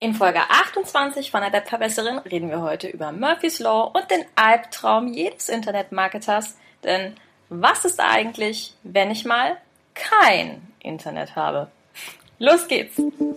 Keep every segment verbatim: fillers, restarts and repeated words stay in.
In Folge achtundzwanzig von der Webverbesserin reden wir heute über Murphy's Law und den Albtraum jedes Internetmarketers. Denn was ist eigentlich, wenn ich mal kein Internet habe? Los geht's!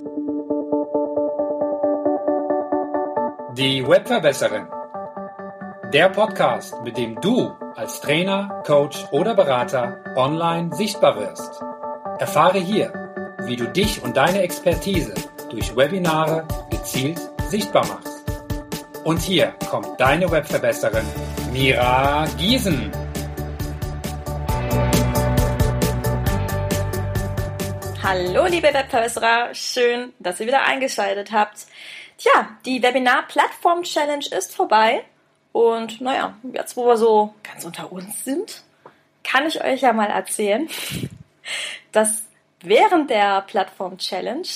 Die Webverbesserin. Der Podcast, mit dem du als Trainer, Coach oder Berater online sichtbar wirst. Erfahre hier, wie du dich und deine Expertise durch Webinare gezielt sichtbar machst. Und hier kommt deine Webverbesserin Mira Giesen. Hallo liebe Webverbesserer, schön, dass ihr wieder eingeschaltet habt. Tja, die Webinar-Plattform-Challenge ist vorbei und naja, jetzt wo wir so ganz unter uns sind, kann ich euch ja mal erzählen, dass während der Plattform-Challenge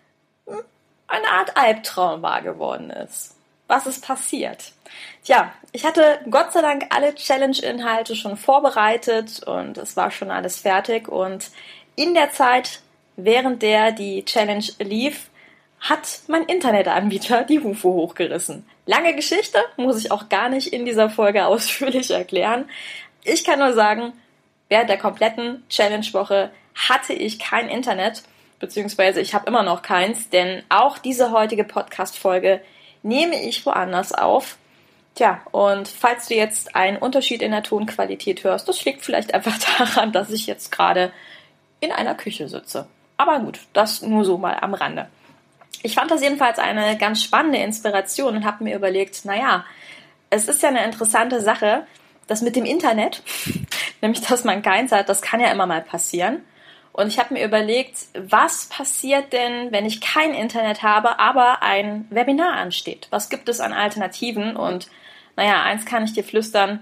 eine Art Albtraum wahr geworden ist. Was ist passiert? Tja, ich hatte Gott sei Dank alle Challenge-Inhalte schon vorbereitet und es war schon alles fertig und in der Zeit, während der die Challenge lief, hat mein Internetanbieter die Hufe hochgerissen. Lange Geschichte, muss ich auch gar nicht in dieser Folge ausführlich erklären. Ich kann nur sagen, während der kompletten Challenge-Woche hatte ich kein Internet, beziehungsweise ich habe immer noch keins, denn auch diese heutige Podcast-Folge nehme ich woanders auf. Tja, und falls du jetzt einen Unterschied in der Tonqualität hörst, das liegt vielleicht einfach daran, dass ich jetzt gerade in einer Küche sitze. Aber gut, das nur so mal am Rande. Ich fand das jedenfalls eine ganz spannende Inspiration und habe mir überlegt, naja, es ist ja eine interessante Sache, das mit dem Internet, nämlich dass man keins hat, das kann ja immer mal passieren. Und ich habe mir überlegt, was passiert denn, wenn ich kein Internet habe, aber ein Webinar ansteht? Was gibt es an Alternativen? Und naja, eins kann ich dir flüstern,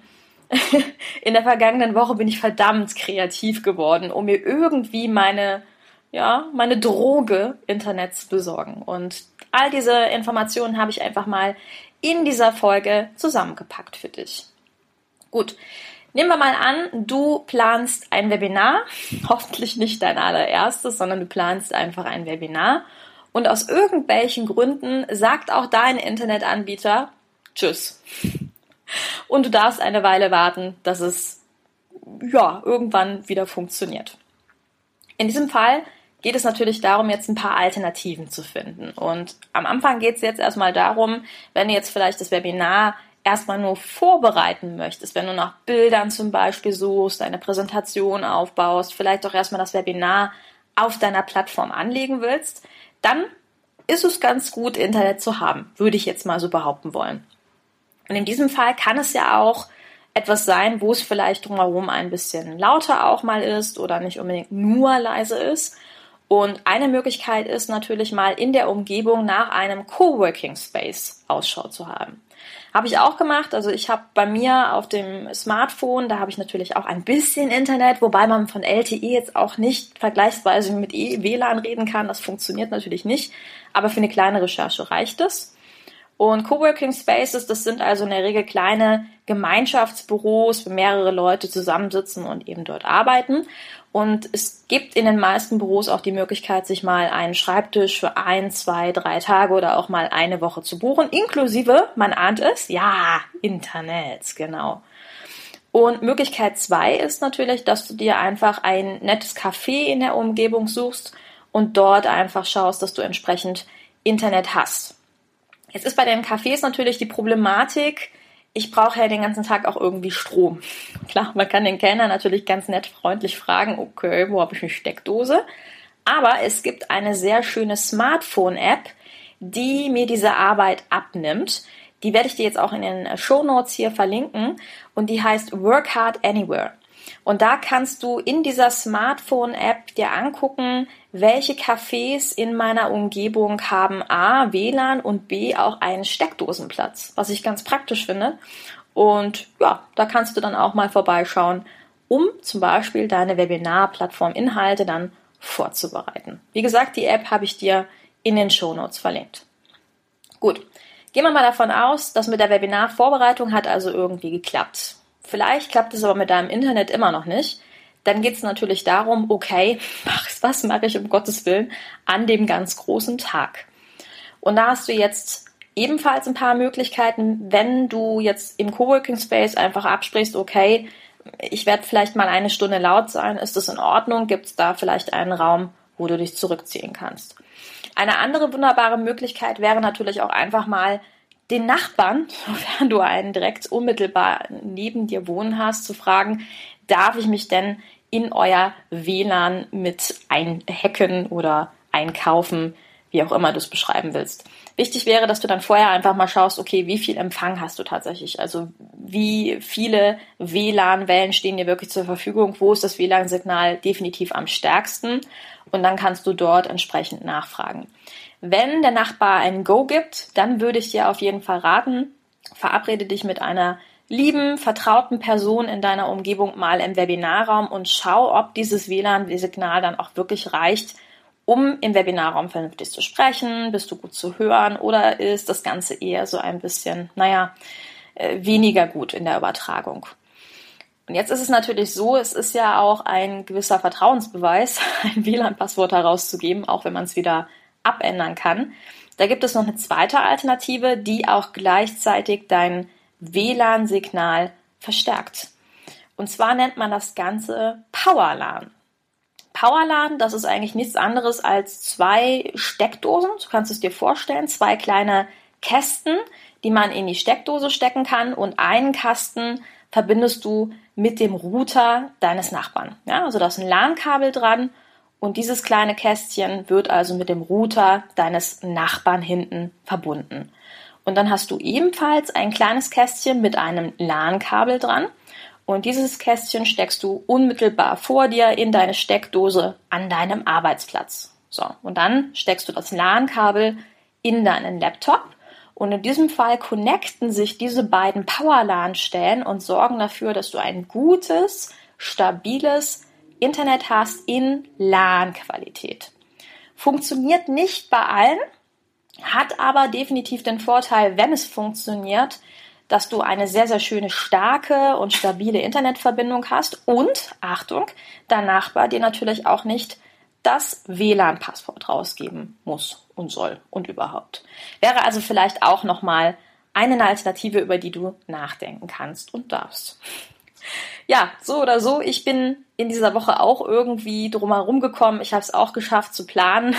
in der vergangenen Woche bin ich verdammt kreativ geworden, um mir irgendwie meine, ja, meine Droge Internet zu besorgen. Und all diese Informationen habe ich einfach mal in dieser Folge zusammengepackt für dich. Gut. Nehmen wir mal an, du planst ein Webinar, hoffentlich nicht dein allererstes, sondern du planst einfach ein Webinar und aus irgendwelchen Gründen sagt auch dein Internetanbieter Tschüss. Und du darfst eine Weile warten, dass es ja irgendwann wieder funktioniert. In diesem Fall geht es natürlich darum, jetzt ein paar Alternativen zu finden. Und am Anfang geht es jetzt erstmal darum, wenn du jetzt vielleicht das Webinar erstmal nur vorbereiten möchtest, wenn du nach Bildern zum Beispiel suchst, eine Präsentation aufbaust, vielleicht auch erstmal das Webinar auf deiner Plattform anlegen willst, dann ist es ganz gut, Internet zu haben, würde ich jetzt mal so behaupten wollen. Und in diesem Fall kann es ja auch etwas sein, wo es vielleicht drumherum ein bisschen lauter auch mal ist oder nicht unbedingt nur leise ist. Und eine Möglichkeit ist natürlich mal in der Umgebung nach einem Coworking Space Ausschau zu haben. Habe ich auch gemacht, also ich habe bei mir auf dem Smartphone, da habe ich natürlich auch ein bisschen Internet, wobei man von L T E jetzt auch nicht vergleichsweise mit W L A N reden kann, das funktioniert natürlich nicht, aber für eine kleine Recherche reicht es. Und Coworking Spaces, das sind also in der Regel kleine Gemeinschaftsbüros, wo mehrere Leute zusammensitzen und eben dort arbeiten. Und es gibt in den meisten Büros auch die Möglichkeit, sich mal einen Schreibtisch für ein, zwei, drei Tage oder auch mal eine Woche zu buchen, inklusive, man ahnt es, ja, Internet, genau. Und Möglichkeit zwei ist natürlich, dass du dir einfach ein nettes Café in der Umgebung suchst und dort einfach schaust, dass du entsprechend Internet hast. Jetzt ist bei den Cafés natürlich die Problematik, ich brauche ja den ganzen Tag auch irgendwie Strom. Klar, man kann den Kellner natürlich ganz nett freundlich fragen, okay, wo habe ich eine Steckdose? Aber es gibt eine sehr schöne Smartphone-App, die mir diese Arbeit abnimmt. Die werde ich dir jetzt auch in den Shownotes hier verlinken und die heißt Work Hard Anywhere. Und da kannst du in dieser Smartphone-App dir angucken, welche Cafés in meiner Umgebung haben A, W L A N und B, auch einen Steckdosenplatz, was ich ganz praktisch finde. Und ja, da kannst du dann auch mal vorbeischauen, um zum Beispiel deine Webinar-Plattform-Inhalte dann vorzubereiten. Wie gesagt, die App habe ich dir in den Shownotes verlinkt. Gut, gehen wir mal davon aus, dass mit der Webinar-Vorbereitung hat also irgendwie geklappt. Vielleicht klappt es aber mit deinem Internet immer noch nicht. Dann geht es natürlich darum, okay, was mache ich um Gottes Willen an dem ganz großen Tag? Und da hast du jetzt ebenfalls ein paar Möglichkeiten, wenn du jetzt im Coworking Space einfach absprichst, okay, ich werde vielleicht mal eine Stunde laut sein, ist das in Ordnung? Gibt es da vielleicht einen Raum, wo du dich zurückziehen kannst? Eine andere wunderbare Möglichkeit wäre natürlich auch einfach mal den Nachbarn, sofern du einen direkt unmittelbar neben dir wohnen hast, zu fragen, darf ich mich denn in euer W L A N mit einhacken oder einkaufen, wie auch immer du es beschreiben willst. Wichtig wäre, dass du dann vorher einfach mal schaust, okay, wie viel Empfang hast du tatsächlich? Also wie viele W L A N-Wellen stehen dir wirklich zur Verfügung? Wo ist das W L A N-Signal definitiv am stärksten? Und dann kannst du dort entsprechend nachfragen. Wenn der Nachbar ein Go gibt, dann würde ich dir auf jeden Fall raten, verabrede dich mit einer lieben, vertrauten Person in deiner Umgebung mal im Webinarraum und schau, ob dieses W L A N-Signal dann auch wirklich reicht, um im Webinarraum vernünftig zu sprechen. Bist du gut zu hören oder ist das Ganze eher so ein bisschen, naja, weniger gut in der Übertragung? Und jetzt ist es natürlich so, es ist ja auch ein gewisser Vertrauensbeweis, ein W L A N-Passwort herauszugeben, auch wenn man es wieder abändern kann. Da gibt es noch eine zweite Alternative, die auch gleichzeitig dein W L A N-Signal verstärkt. Und zwar nennt man das Ganze Power L A N. Power L A N, das ist eigentlich nichts anderes als zwei Steckdosen, du kannst es dir vorstellen, zwei kleine Kästen, die man in die Steckdose stecken kann und einen Kasten verbindest du mit dem Router deines Nachbarn. Ja, also da ist ein L A N-Kabel dran und dieses kleine Kästchen wird also mit dem Router deines Nachbarn hinten verbunden. Und dann hast du ebenfalls ein kleines Kästchen mit einem L A N-Kabel dran. Und dieses Kästchen steckst du unmittelbar vor dir in deine Steckdose an deinem Arbeitsplatz. So, und dann steckst du das L A N-Kabel in deinen Laptop. Und in diesem Fall connecten sich diese beiden Power-L A N-Stellen und sorgen dafür, dass du ein gutes, stabiles Internet hast in L A N-Qualität. Funktioniert nicht bei allen, hat aber definitiv den Vorteil, wenn es funktioniert, dass du eine sehr, sehr schöne, starke und stabile Internetverbindung hast und, Achtung, dein Nachbar dir natürlich auch nicht das W L A N-Passwort rausgeben muss und soll und überhaupt. Wäre also vielleicht auch nochmal eine Alternative, über die du nachdenken kannst und darfst. Ja, so oder so, ich bin in dieser Woche auch irgendwie drumherum gekommen. Ich habe es auch geschafft zu planen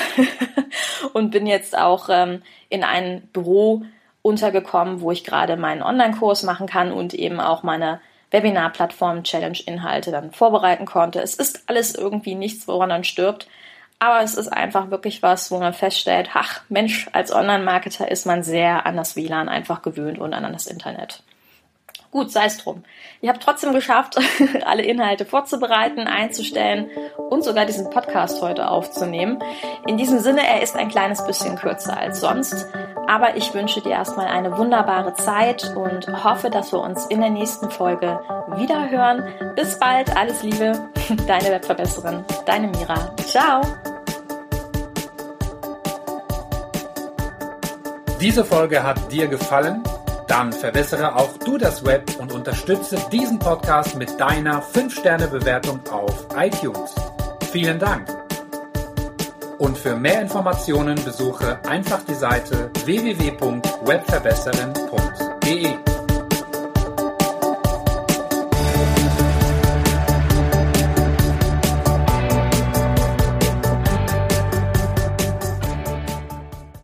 und bin jetzt auch ähm, in ein Büro untergekommen, wo ich gerade meinen Online-Kurs machen kann und eben auch meine Webinar-Plattform-Challenge-Inhalte dann vorbereiten konnte. Es ist alles irgendwie nichts, woran man stirbt, aber es ist einfach wirklich was, wo man feststellt, ach Mensch, als Online-Marketer ist man sehr an das W L A N einfach gewöhnt und an das Internet. Gut, sei es drum. Ich habe trotzdem geschafft, alle Inhalte vorzubereiten, einzustellen und sogar diesen Podcast heute aufzunehmen. In diesem Sinne, er ist ein kleines bisschen kürzer als sonst, aber ich wünsche dir erstmal eine wunderbare Zeit und hoffe, dass wir uns in der nächsten Folge wieder hören. Bis bald, alles Liebe, deine Webverbesserin, deine Mira. Ciao! Diese Folge hat dir gefallen? Dann verbessere auch du das Web und unterstütze diesen Podcast mit deiner fünf Sterne Bewertung auf iTunes. Vielen Dank! Und für mehr Informationen besuche einfach die Seite w w w punkt webverbesserin punkt de.